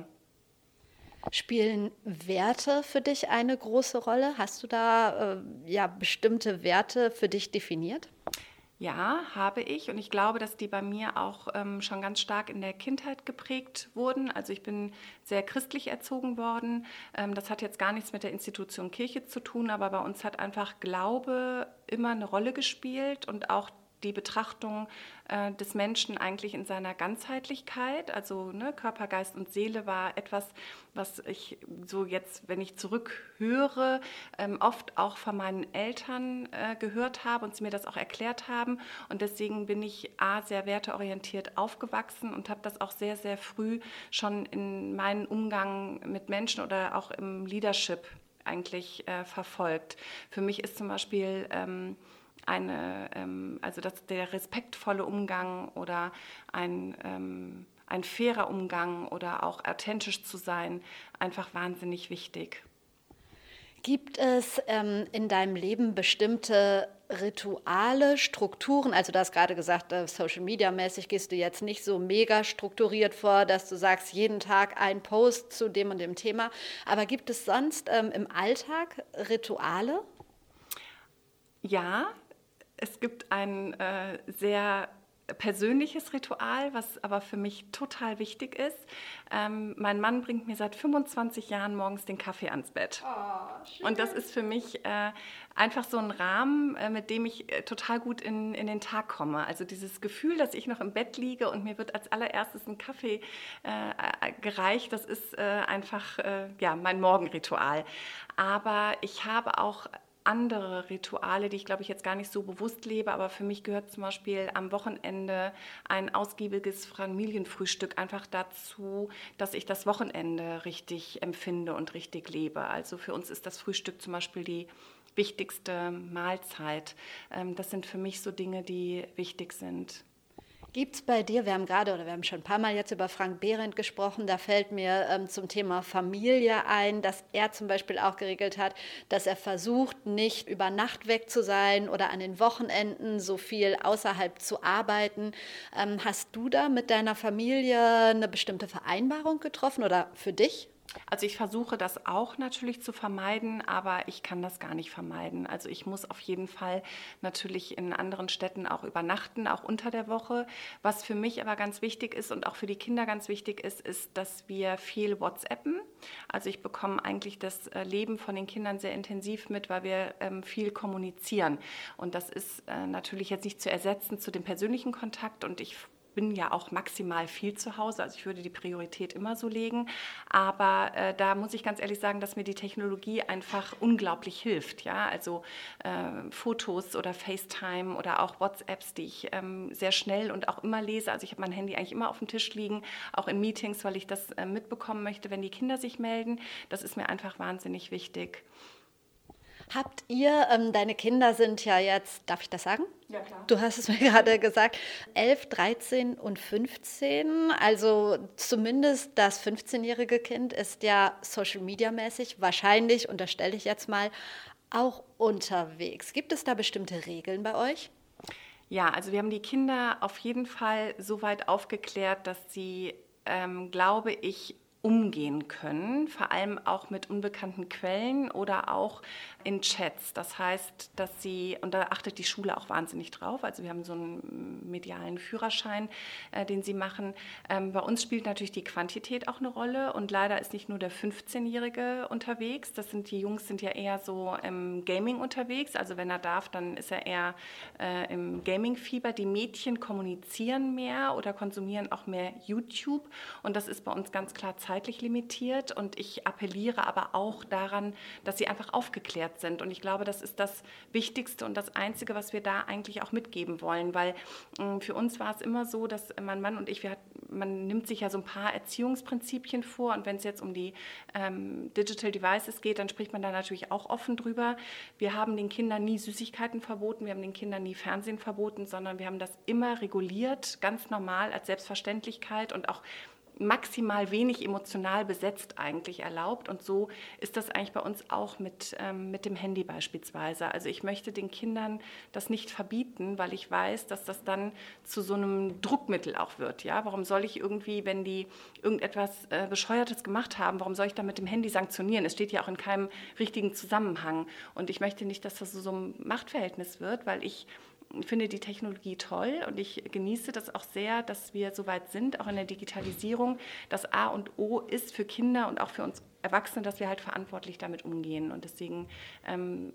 Spielen Werte für dich eine große Rolle? Hast du da äh, ja, bestimmte Werte für dich definiert? Ja, habe ich und ich glaube, dass die bei mir auch ähm, schon ganz stark in der Kindheit geprägt wurden. Also ich bin sehr christlich erzogen worden. Ähm, das hat jetzt gar nichts mit der Institution Kirche zu tun, aber bei uns hat einfach Glaube immer eine Rolle gespielt und auch die Betrachtung äh, des Menschen eigentlich in seiner Ganzheitlichkeit. Also ne, Körper, Geist und Seele war etwas, was ich so jetzt, wenn ich zurückhöre, ähm, oft auch von meinen Eltern äh, gehört habe und sie mir das auch erklärt haben. Und deswegen bin ich A, sehr werteorientiert aufgewachsen und habe das auch sehr, sehr früh schon in meinen Umgang mit Menschen oder auch im Leadership eigentlich äh, verfolgt. Für mich ist zum Beispiel ähm, eine, ähm, also das, der respektvolle Umgang oder ein, ähm, ein fairer Umgang oder auch authentisch zu sein, einfach wahnsinnig wichtig. Gibt es ähm, in deinem Leben bestimmte Rituale, Strukturen? Also du hast gerade gesagt, äh, Social-Media-mäßig gehst du jetzt nicht so mega strukturiert vor, dass du sagst, jeden Tag ein Post zu dem und dem Thema. Aber gibt es sonst ähm, im Alltag Rituale? Ja, es gibt ein äh, sehr persönliches Ritual, was aber für mich total wichtig ist. Ähm, mein Mann bringt mir seit fünfundzwanzig Jahren morgens den Kaffee ans Bett. Oh, und das ist für mich äh, einfach so ein Rahmen, äh, mit dem ich äh, total gut in, in den Tag komme. Also dieses Gefühl, dass ich noch im Bett liege und mir wird als allererstes ein Kaffee äh, gereicht, das ist äh, einfach äh, ja, mein Morgenritual. Aber ich habe auch andere Rituale, die ich glaube ich jetzt gar nicht so bewusst lebe, aber für mich gehört zum Beispiel am Wochenende ein ausgiebiges Familienfrühstück einfach dazu, dass ich das Wochenende richtig empfinde und richtig lebe. Also für uns ist das Frühstück zum Beispiel die wichtigste Mahlzeit. Das sind für mich so Dinge, die wichtig sind. Gibt es bei dir, wir haben gerade oder wir haben schon ein paar Mal jetzt über Frank Behrendt gesprochen, da fällt mir ähm, zum Thema Familie ein, dass er zum Beispiel auch geregelt hat, dass er versucht, nicht über Nacht weg zu sein oder an den Wochenenden so viel außerhalb zu arbeiten. Ähm, hast du da mit deiner Familie eine bestimmte Vereinbarung getroffen oder für dich? Also ich versuche das auch natürlich zu vermeiden, aber ich kann das gar nicht vermeiden. Also ich muss auf jeden Fall natürlich in anderen Städten auch übernachten, auch unter der Woche. Was für mich aber ganz wichtig ist und auch für die Kinder ganz wichtig ist, ist, dass wir viel WhatsAppen. Also ich bekomme eigentlich das Leben von den Kindern sehr intensiv mit, weil wir ähm, viel kommunizieren. Und das ist äh, natürlich jetzt nicht zu ersetzen zu dem persönlichen Kontakt und ich bin ja auch maximal viel zu Hause, also ich würde die Priorität immer so legen, aber äh, da muss ich ganz ehrlich sagen, dass mir die Technologie einfach unglaublich hilft, ja, also äh, Fotos oder FaceTime oder auch WhatsApps, die ich ähm, sehr schnell und auch immer lese, also ich habe mein Handy eigentlich immer auf dem Tisch liegen, auch in Meetings, weil ich das äh, mitbekommen möchte, wenn die Kinder sich melden, das ist mir einfach wahnsinnig wichtig. Habt ihr, ähm, deine Kinder sind ja jetzt, darf ich das sagen? Ja, klar. Du hast es mir gerade gesagt, elf, dreizehn und fünfzehn. Also zumindest das fünfzehnjährige Kind ist ja Social-Media-mäßig wahrscheinlich, unterstelle ich jetzt mal, auch unterwegs. Gibt es da bestimmte Regeln bei euch? Ja, also wir haben die Kinder auf jeden Fall so weit aufgeklärt, dass sie, ähm, glaube ich, umgehen können, vor allem auch mit unbekannten Quellen oder auch in Chats. Das heißt, dass sie, und da achtet die Schule auch wahnsinnig drauf, also wir haben so einen medialen Führerschein, äh, den sie machen. Ähm, bei uns spielt natürlich die Quantität auch eine Rolle und leider ist nicht nur der fünfzehnjährige unterwegs, das sind die Jungs sind ja eher so im Gaming unterwegs, also wenn er darf, dann ist er eher äh, im Gaming-Fieber. Die Mädchen kommunizieren mehr oder konsumieren auch mehr YouTube und das ist bei uns ganz klar zeitlich limitiert und ich appelliere aber auch daran, dass sie einfach aufgeklärt sind und ich glaube, das ist das Wichtigste und das Einzige, was wir da eigentlich auch mitgeben wollen, weil mh, für uns war es immer so, dass mein Mann und ich, wir hat, man nimmt sich ja so ein paar Erziehungsprinzipien vor und wenn es jetzt um die ähm, Digital Devices geht, dann spricht man da natürlich auch offen drüber. Wir haben den Kindern nie Süßigkeiten verboten, wir haben den Kindern nie Fernsehen verboten, sondern wir haben das immer reguliert, ganz normal als Selbstverständlichkeit und auch maximal wenig emotional besetzt eigentlich erlaubt und so ist das eigentlich bei uns auch mit, ähm, mit dem Handy beispielsweise. Also ich möchte den Kindern das nicht verbieten, weil ich weiß, dass das dann zu so einem Druckmittel auch wird. Ja? Warum soll ich irgendwie, wenn die irgendetwas äh, Bescheuertes gemacht haben, warum soll ich dann mit dem Handy sanktionieren? Es steht ja auch in keinem richtigen Zusammenhang und ich möchte nicht, dass das so ein Machtverhältnis wird, weil ich Ich finde die Technologie toll und ich genieße das auch sehr, dass wir so weit sind, auch in der Digitalisierung. Das A und O ist für Kinder und auch für uns Erwachsene, dass wir halt verantwortlich damit umgehen. Und deswegen ähm,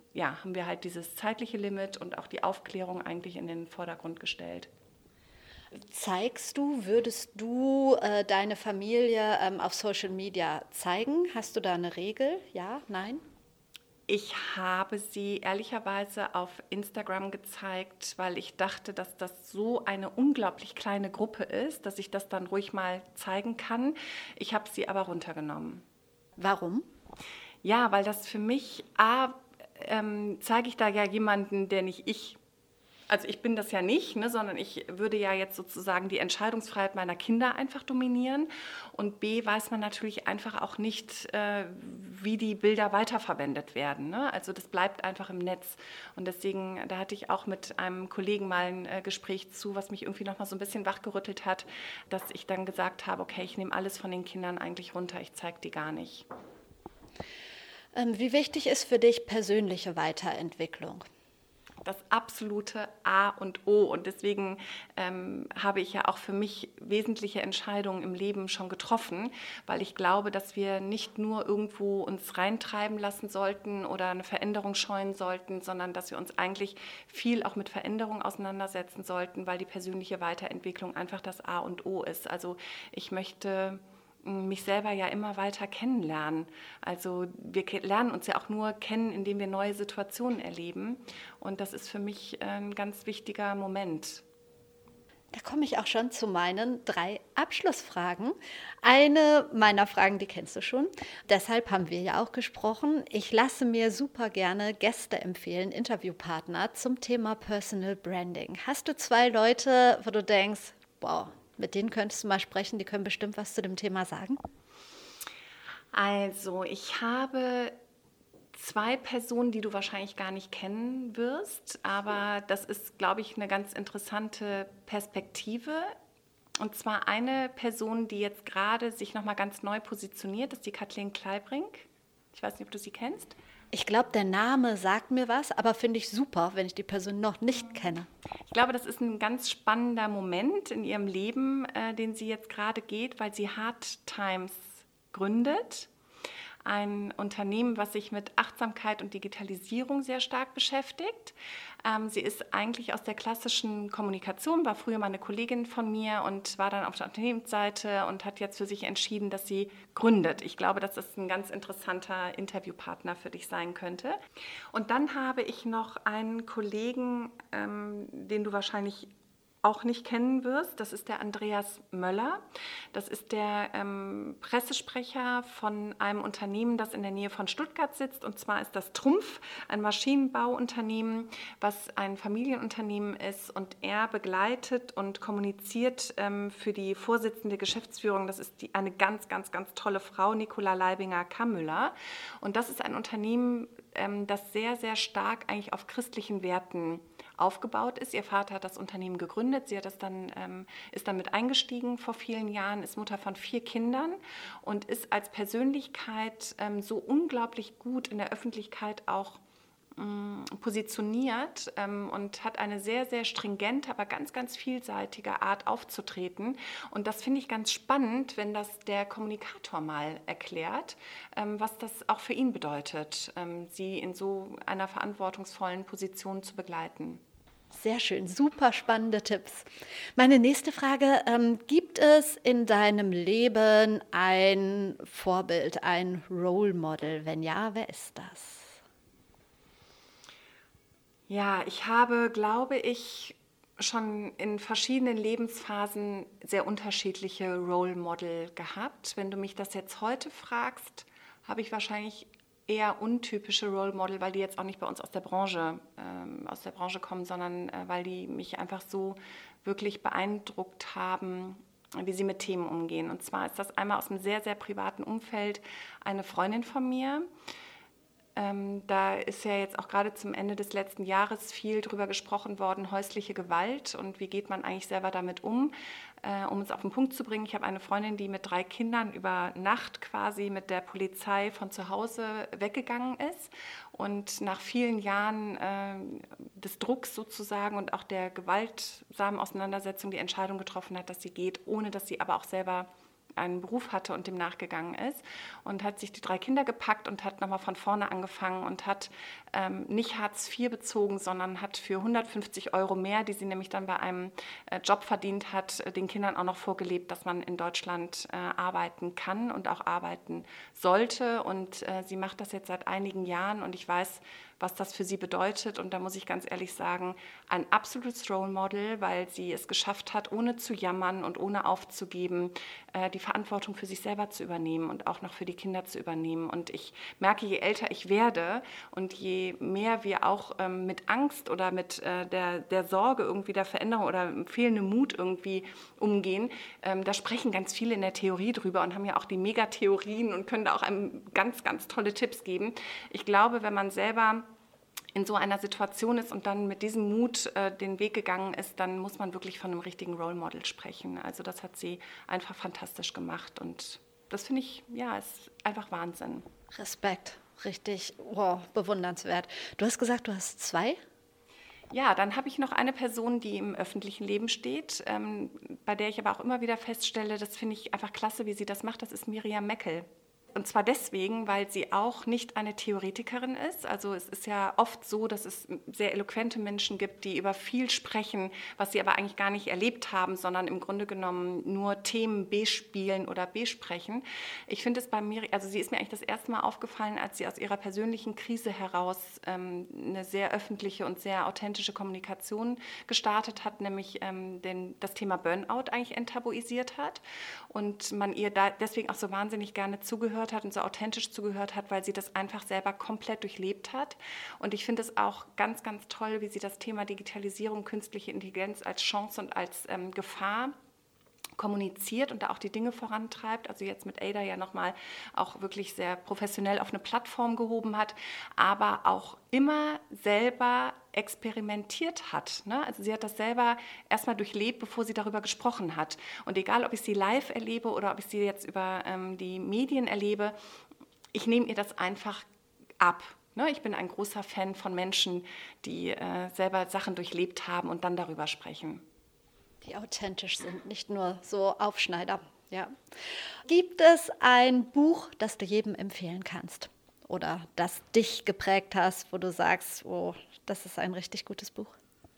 ja, haben wir halt dieses zeitliche Limit und auch die Aufklärung eigentlich in den Vordergrund gestellt. Zeigst du, würdest du äh, deine Familie ähm, auf Social Media zeigen? Hast du da eine Regel? Ja, nein? Ich habe sie ehrlicherweise auf Instagram gezeigt, weil ich dachte, dass das so eine unglaublich kleine Gruppe ist, dass ich das dann ruhig mal zeigen kann. Ich habe sie aber runtergenommen. Warum? Ja, weil das für mich, a, ähm, zeige ich da ja jemanden, der nicht ich, also ich bin das ja nicht, ne, sondern ich würde ja jetzt sozusagen die Entscheidungsfreiheit meiner Kinder einfach dominieren. Und B, weiß man natürlich einfach auch nicht, äh, wie die Bilder weiterverwendet werden. Ne? Also das bleibt einfach im Netz. Und deswegen, da hatte ich auch mit einem Kollegen mal ein äh, Gespräch zu, was mich irgendwie noch mal so ein bisschen wachgerüttelt hat, dass ich dann gesagt habe, okay, ich nehme alles von den Kindern eigentlich runter, ich zeige die gar nicht. Ähm, wie wichtig ist für dich persönliche Weiterentwicklung? Das absolute A und O. Und deswegen ähm, habe ich ja auch für mich wesentliche Entscheidungen im Leben schon getroffen, weil ich glaube, dass wir nicht nur irgendwo uns reintreiben lassen sollten oder eine Veränderung scheuen sollten, sondern dass wir uns eigentlich viel auch mit Veränderung auseinandersetzen sollten, weil die persönliche Weiterentwicklung einfach das A und O ist. Also ich möchte mich selber ja immer weiter kennenlernen. Also wir lernen uns ja auch nur kennen, indem wir neue Situationen erleben. Und das ist für mich ein ganz wichtiger Moment. Da komme ich auch schon zu meinen drei Abschlussfragen. Eine meiner Fragen, die kennst du schon. Deshalb haben wir ja auch gesprochen. Ich lasse mir super gerne Gäste empfehlen, Interviewpartner zum Thema Personal Branding. Hast du zwei Leute, wo du denkst, wow, mit denen könntest du mal sprechen, die können bestimmt was zu dem Thema sagen? Also, ich habe zwei Personen, die du wahrscheinlich gar nicht kennen wirst, aber das ist, glaube ich, eine ganz interessante Perspektive. Und zwar eine Person, die jetzt gerade sich nochmal ganz neu positioniert, ist die Kathleen Kleibrink. Ich weiß nicht, ob du sie kennst. Ich glaube, der Name sagt mir was, aber finde ich super, wenn ich die Person noch nicht kenne. Ich glaube, das ist ein ganz spannender Moment in ihrem Leben, äh, den sie jetzt gerade geht, weil sie Hard Times gründet. Ein Unternehmen, was sich mit Achtsamkeit und Digitalisierung sehr stark beschäftigt. Ähm, sie ist eigentlich aus der klassischen Kommunikation, war früher mal eine Kollegin von mir und war dann auf der Unternehmensseite und hat jetzt für sich entschieden, dass sie gründet. Ich glaube, dass das ein ganz interessanter Interviewpartner für dich sein könnte. Und dann habe ich noch einen Kollegen, ähm, den du wahrscheinlich auch nicht kennen wirst. Das ist der Andreas Möller. Das ist der ähm, Pressesprecher von einem Unternehmen, das in der Nähe von Stuttgart sitzt. Und zwar ist das Trumpf, ein Maschinenbauunternehmen, was ein Familienunternehmen ist. Und er begleitet und kommuniziert ähm, für die Vorsitzende Geschäftsführung. Das ist die, eine ganz, ganz, ganz tolle Frau, Nicola Leibinger-Kammüller. Und das ist ein Unternehmen, ähm, das sehr, sehr stark eigentlich auf christlichen Werten aufgebaut ist. Ihr Vater hat das Unternehmen gegründet, sie hat das dann, ähm, ist dann mit eingestiegen vor vielen Jahren, ist Mutter von vier Kindern und ist als Persönlichkeit ähm, so unglaublich gut in der Öffentlichkeit auch ähm, positioniert ähm, und hat eine sehr, sehr stringente, aber ganz, ganz vielseitige Art aufzutreten. Und das finde ich ganz spannend, wenn das der Kommunikator mal erklärt, ähm, was das auch für ihn bedeutet, ähm, sie in so einer verantwortungsvollen Position zu begleiten. Sehr schön, super spannende Tipps. Meine nächste Frage, ähm, gibt es in deinem Leben ein Vorbild, ein Role Model? Wenn ja, wer ist das? Ja, ich habe, glaube ich, schon in verschiedenen Lebensphasen sehr unterschiedliche Role Model gehabt. Wenn du mich das jetzt heute fragst, habe ich wahrscheinlich eher untypische Role Model, weil die jetzt auch nicht bei uns aus der Branche, ähm, aus der Branche kommen, sondern äh, weil die mich einfach so wirklich beeindruckt haben, wie sie mit Themen umgehen. Und zwar ist das einmal aus einem sehr, sehr privaten Umfeld eine Freundin von mir. Ähm, da ist ja jetzt auch gerade zum Ende des letzten Jahres viel drüber gesprochen worden, häusliche Gewalt und wie geht man eigentlich selber damit um. Äh, um es auf den Punkt zu bringen, ich habe eine Freundin, die mit drei Kindern über Nacht quasi mit der Polizei von zu Hause weggegangen ist und nach vielen Jahren äh, des Drucks sozusagen und auch der gewaltsamen Auseinandersetzung die Entscheidung getroffen hat, dass sie geht, ohne dass sie aber auch selber einen Beruf hatte und dem nachgegangen ist und hat sich die drei Kinder gepackt und hat nochmal von vorne angefangen und hat ähm, nicht Hartz vier bezogen, sondern hat für hundertfünfzig Euro mehr, die sie nämlich dann bei einem äh, Job verdient hat, äh, den Kindern auch noch vorgelebt, dass man in Deutschland äh, arbeiten kann und auch arbeiten sollte. Und äh, sie macht das jetzt seit einigen Jahren und ich weiß, was das für sie bedeutet. Und da muss ich ganz ehrlich sagen, ein absolutes Role Model, weil sie es geschafft hat, ohne zu jammern und ohne aufzugeben, die Verantwortung für sich selber zu übernehmen und auch noch für die Kinder zu übernehmen. Und ich merke, je älter ich werde und je mehr wir auch ähm, mit Angst oder mit äh, der, der Sorge irgendwie der Veränderung oder fehlendem Mut irgendwie umgehen, ähm, da sprechen ganz viele in der Theorie drüber und haben ja auch die Megatheorien und können da auch einem ganz, ganz tolle Tipps geben. Ich glaube, wenn man selber in so einer Situation ist und dann mit diesem Mut äh, den Weg gegangen ist, dann muss man wirklich von einem richtigen Role Model sprechen. Also das hat sie einfach fantastisch gemacht und das finde ich, ja, ist einfach Wahnsinn. Respekt, richtig, wow, bewundernswert. Du hast gesagt, du hast zwei? Ja, dann habe ich noch eine Person, die im öffentlichen Leben steht, ähm, bei der ich aber auch immer wieder feststelle, das finde ich einfach klasse, wie sie das macht, das ist Miriam Meckel. Und zwar deswegen, weil sie auch nicht eine Theoretikerin ist. Also es ist ja oft so, dass es sehr eloquente Menschen gibt, die über viel sprechen, was sie aber eigentlich gar nicht erlebt haben, sondern im Grunde genommen nur Themen bespielen oder besprechen. Ich finde es bei mir, also sie ist mir eigentlich das erste Mal aufgefallen, als sie aus ihrer persönlichen Krise heraus ähm, eine sehr öffentliche und sehr authentische Kommunikation gestartet hat, nämlich ähm, den, das Thema Burnout eigentlich enttabuisiert hat und man ihr da deswegen auch so wahnsinnig gerne zugehört hat und so authentisch zugehört hat, weil sie das einfach selber komplett durchlebt hat. Und ich finde es auch ganz, ganz toll, wie sie das Thema Digitalisierung, künstliche Intelligenz als Chance und als ähm, Gefahr kommuniziert und da auch die Dinge vorantreibt, also jetzt mit Ada ja nochmal auch wirklich sehr professionell auf eine Plattform gehoben hat, aber auch immer selber experimentiert hat. Ne? Also sie hat das selber erstmal durchlebt, bevor sie darüber gesprochen hat. Und egal, ob ich sie live erlebe oder ob ich sie jetzt über ähm, die Medien erlebe, ich nehme ihr das einfach ab. Ne? Ich bin ein großer Fan von Menschen, die äh, selber Sachen durchlebt haben und dann darüber sprechen. Die authentisch sind, nicht nur so Aufschneider. Ja. Gibt es ein Buch, das du jedem empfehlen kannst oder das dich geprägt hast, wo du sagst, oh, das ist ein richtig gutes Buch?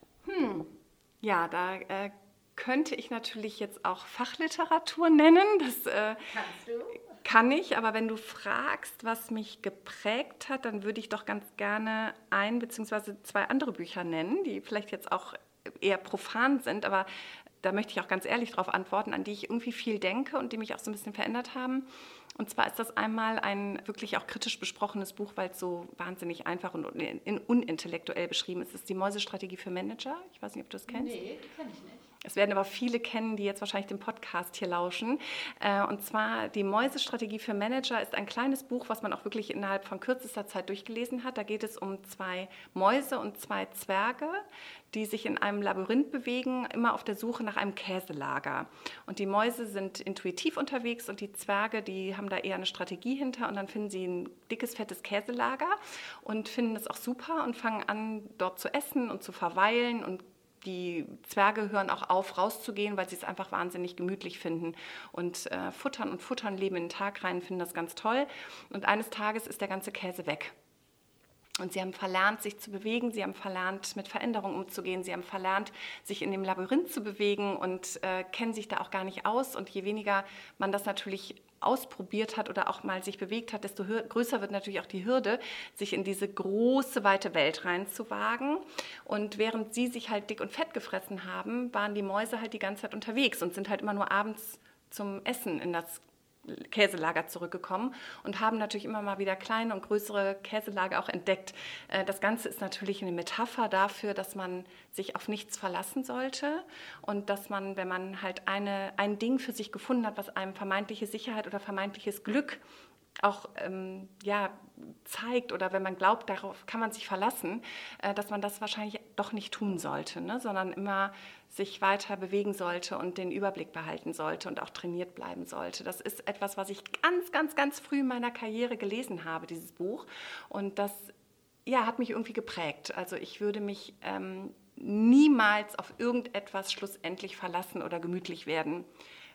Hm. Ja, da äh, könnte ich natürlich jetzt auch Fachliteratur nennen. Das äh, Kannst du? Kann ich, aber wenn du fragst, was mich geprägt hat, dann würde ich doch ganz gerne ein bzw. zwei andere Bücher nennen, die vielleicht jetzt auch eher profan sind, aber da möchte ich auch ganz ehrlich darauf antworten, an die ich irgendwie viel denke und die mich auch so ein bisschen verändert haben. Und zwar ist das einmal ein wirklich auch kritisch besprochenes Buch, weil es so wahnsinnig einfach und unintellektuell beschrieben ist. Es ist die Mäusestrategie für Manager. Ich weiß nicht, ob du das kennst. Nee, die kenne ich nicht. Es werden aber viele kennen, die jetzt wahrscheinlich den Podcast hier lauschen. Und zwar die Mäusestrategie für Manager ist ein kleines Buch, was man auch wirklich innerhalb von kürzester Zeit durchgelesen hat. Da geht es um zwei Mäuse und zwei Zwerge, die sich in einem Labyrinth bewegen, immer auf der Suche nach einem Käselager. Und die Mäuse sind intuitiv unterwegs und die Zwerge, die haben da eher eine Strategie hinter und dann finden sie ein dickes, fettes Käselager und finden das auch super und fangen an, dort zu essen und zu verweilen und die Zwerge hören auch auf, rauszugehen, weil sie es einfach wahnsinnig gemütlich finden und äh, futtern und futtern, leben in den Tag rein, finden das ganz toll. Und eines Tages ist der ganze Käse weg. Und sie haben verlernt, sich zu bewegen, sie haben verlernt, mit Veränderungen umzugehen, sie haben verlernt, sich in dem Labyrinth zu bewegen und äh, kennen sich da auch gar nicht aus. Und je weniger man das natürlich ausprobiert hat oder auch mal sich bewegt hat, desto größer wird natürlich auch die Hürde, sich in diese große, weite Welt reinzuwagen. Und während sie sich halt dick und fett gefressen haben, waren die Mäuse halt die ganze Zeit unterwegs und sind halt immer nur abends zum Essen in das Käselager zurückgekommen und haben natürlich immer mal wieder kleine und größere Käselager auch entdeckt. Das Ganze ist natürlich eine Metapher dafür, dass man sich auf nichts verlassen sollte und dass man, wenn man halt eine, ein Ding für sich gefunden hat, was einem vermeintliche Sicherheit oder vermeintliches Glück auch ähm, ja, zeigt oder wenn man glaubt, darauf kann man sich verlassen, äh, dass man das wahrscheinlich doch nicht tun sollte, ne? Sondern immer sich weiter bewegen sollte und den Überblick behalten sollte und auch trainiert bleiben sollte. Das ist etwas, was ich ganz, ganz, ganz früh in meiner Karriere gelesen habe, dieses Buch. Und das ja, hat mich irgendwie geprägt. Also ich würde mich ähm, niemals auf irgendetwas schlussendlich verlassen oder gemütlich werden,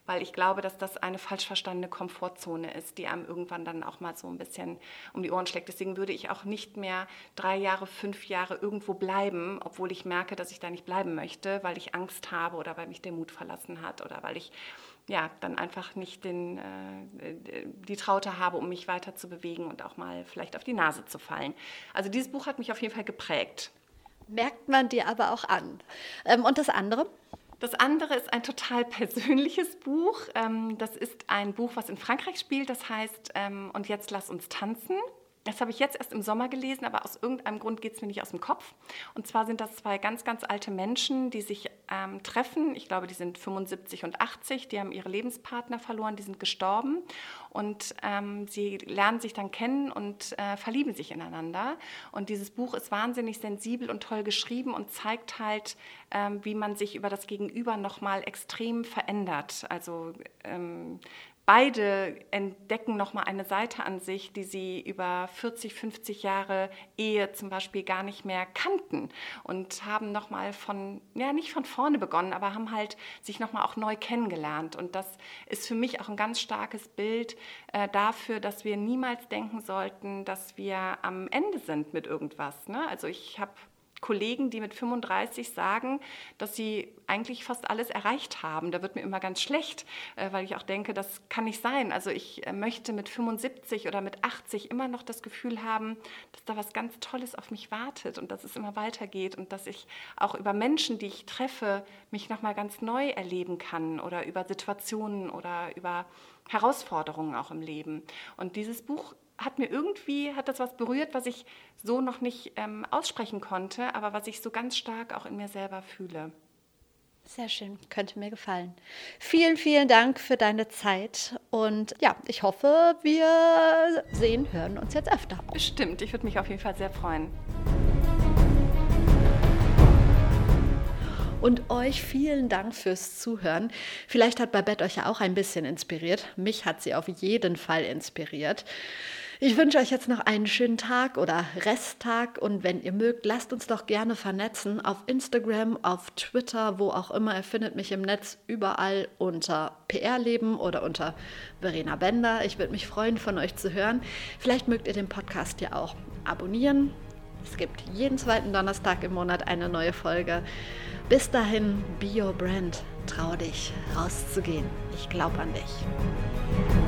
weil ich glaube, dass das eine falsch verstandene Komfortzone ist, die einem irgendwann dann auch mal so ein bisschen um die Ohren schlägt. Deswegen würde ich auch nicht mehr drei Jahre, fünf Jahre irgendwo bleiben, obwohl ich merke, dass ich da nicht bleiben möchte, weil ich Angst habe oder weil mich der Mut verlassen hat oder weil ich ja, dann einfach nicht den, äh, die Traute habe, um mich weiter zu bewegen und auch mal vielleicht auf die Nase zu fallen. Also dieses Buch hat mich auf jeden Fall geprägt. Merkt man dir aber auch an. Ähm, und das andere? Das andere ist ein total persönliches Buch. Ähm, das ist ein Buch, was in Frankreich spielt. Das heißt, ähm, und jetzt lass uns tanzen. Das habe ich jetzt erst im Sommer gelesen, aber aus irgendeinem Grund geht es mir nicht aus dem Kopf. Und zwar sind das zwei ganz, ganz alte Menschen, die sich ähm, treffen. Ich glaube, die sind fünfundsiebzig und achtzig. Die haben ihre Lebenspartner verloren, die sind gestorben. Und ähm, sie lernen sich dann kennen und äh, verlieben sich ineinander. Und dieses Buch ist wahnsinnig sensibel und toll geschrieben und zeigt halt, ähm, wie man sich über das Gegenüber nochmal extrem verändert. Also ähm, Beide entdecken nochmal eine Seite an sich, die sie über vierzig, fünfzig Jahre Ehe zum Beispiel gar nicht mehr kannten und haben nochmal von, ja nicht von vorne begonnen, aber haben halt sich nochmal auch neu kennengelernt. Und das ist für mich auch ein ganz starkes Bild äh, dafür, dass wir niemals denken sollten, dass wir am Ende sind mit irgendwas. Ne? Also ich habe Kollegen, die mit fünfunddreißig sagen, dass sie eigentlich fast alles erreicht haben. Da wird mir immer ganz schlecht, weil ich auch denke, das kann nicht sein. Also ich möchte mit fünfundsiebzig oder mit achtzig immer noch das Gefühl haben, dass da was ganz Tolles auf mich wartet und dass es immer weitergeht und dass ich auch über Menschen, die ich treffe, mich nochmal ganz neu erleben kann oder über Situationen oder über Herausforderungen auch im Leben. Und dieses Buch hat mir irgendwie, hat das was berührt, was ich so noch nicht ähm, aussprechen konnte, aber was ich so ganz stark auch in mir selber fühle. Sehr schön, könnte mir gefallen. Vielen, vielen Dank für deine Zeit und ja, ich hoffe, wir sehen, hören uns jetzt öfter. Bestimmt, ich würde mich auf jeden Fall sehr freuen. Und euch vielen Dank fürs Zuhören. Vielleicht hat Babette euch ja auch ein bisschen inspiriert. Mich hat sie auf jeden Fall inspiriert. Ich wünsche euch jetzt noch einen schönen Tag oder Resttag und wenn ihr mögt, lasst uns doch gerne vernetzen auf Instagram, auf Twitter, wo auch immer. Ihr findet mich im Netz überall unter P R-Leben oder unter Verena Bender. Ich würde mich freuen, von euch zu hören. Vielleicht mögt ihr den Podcast ja auch abonnieren. Es gibt jeden zweiten Donnerstag im Monat eine neue Folge. Bis dahin, be your brand. Trau dich, rauszugehen. Ich glaube an dich.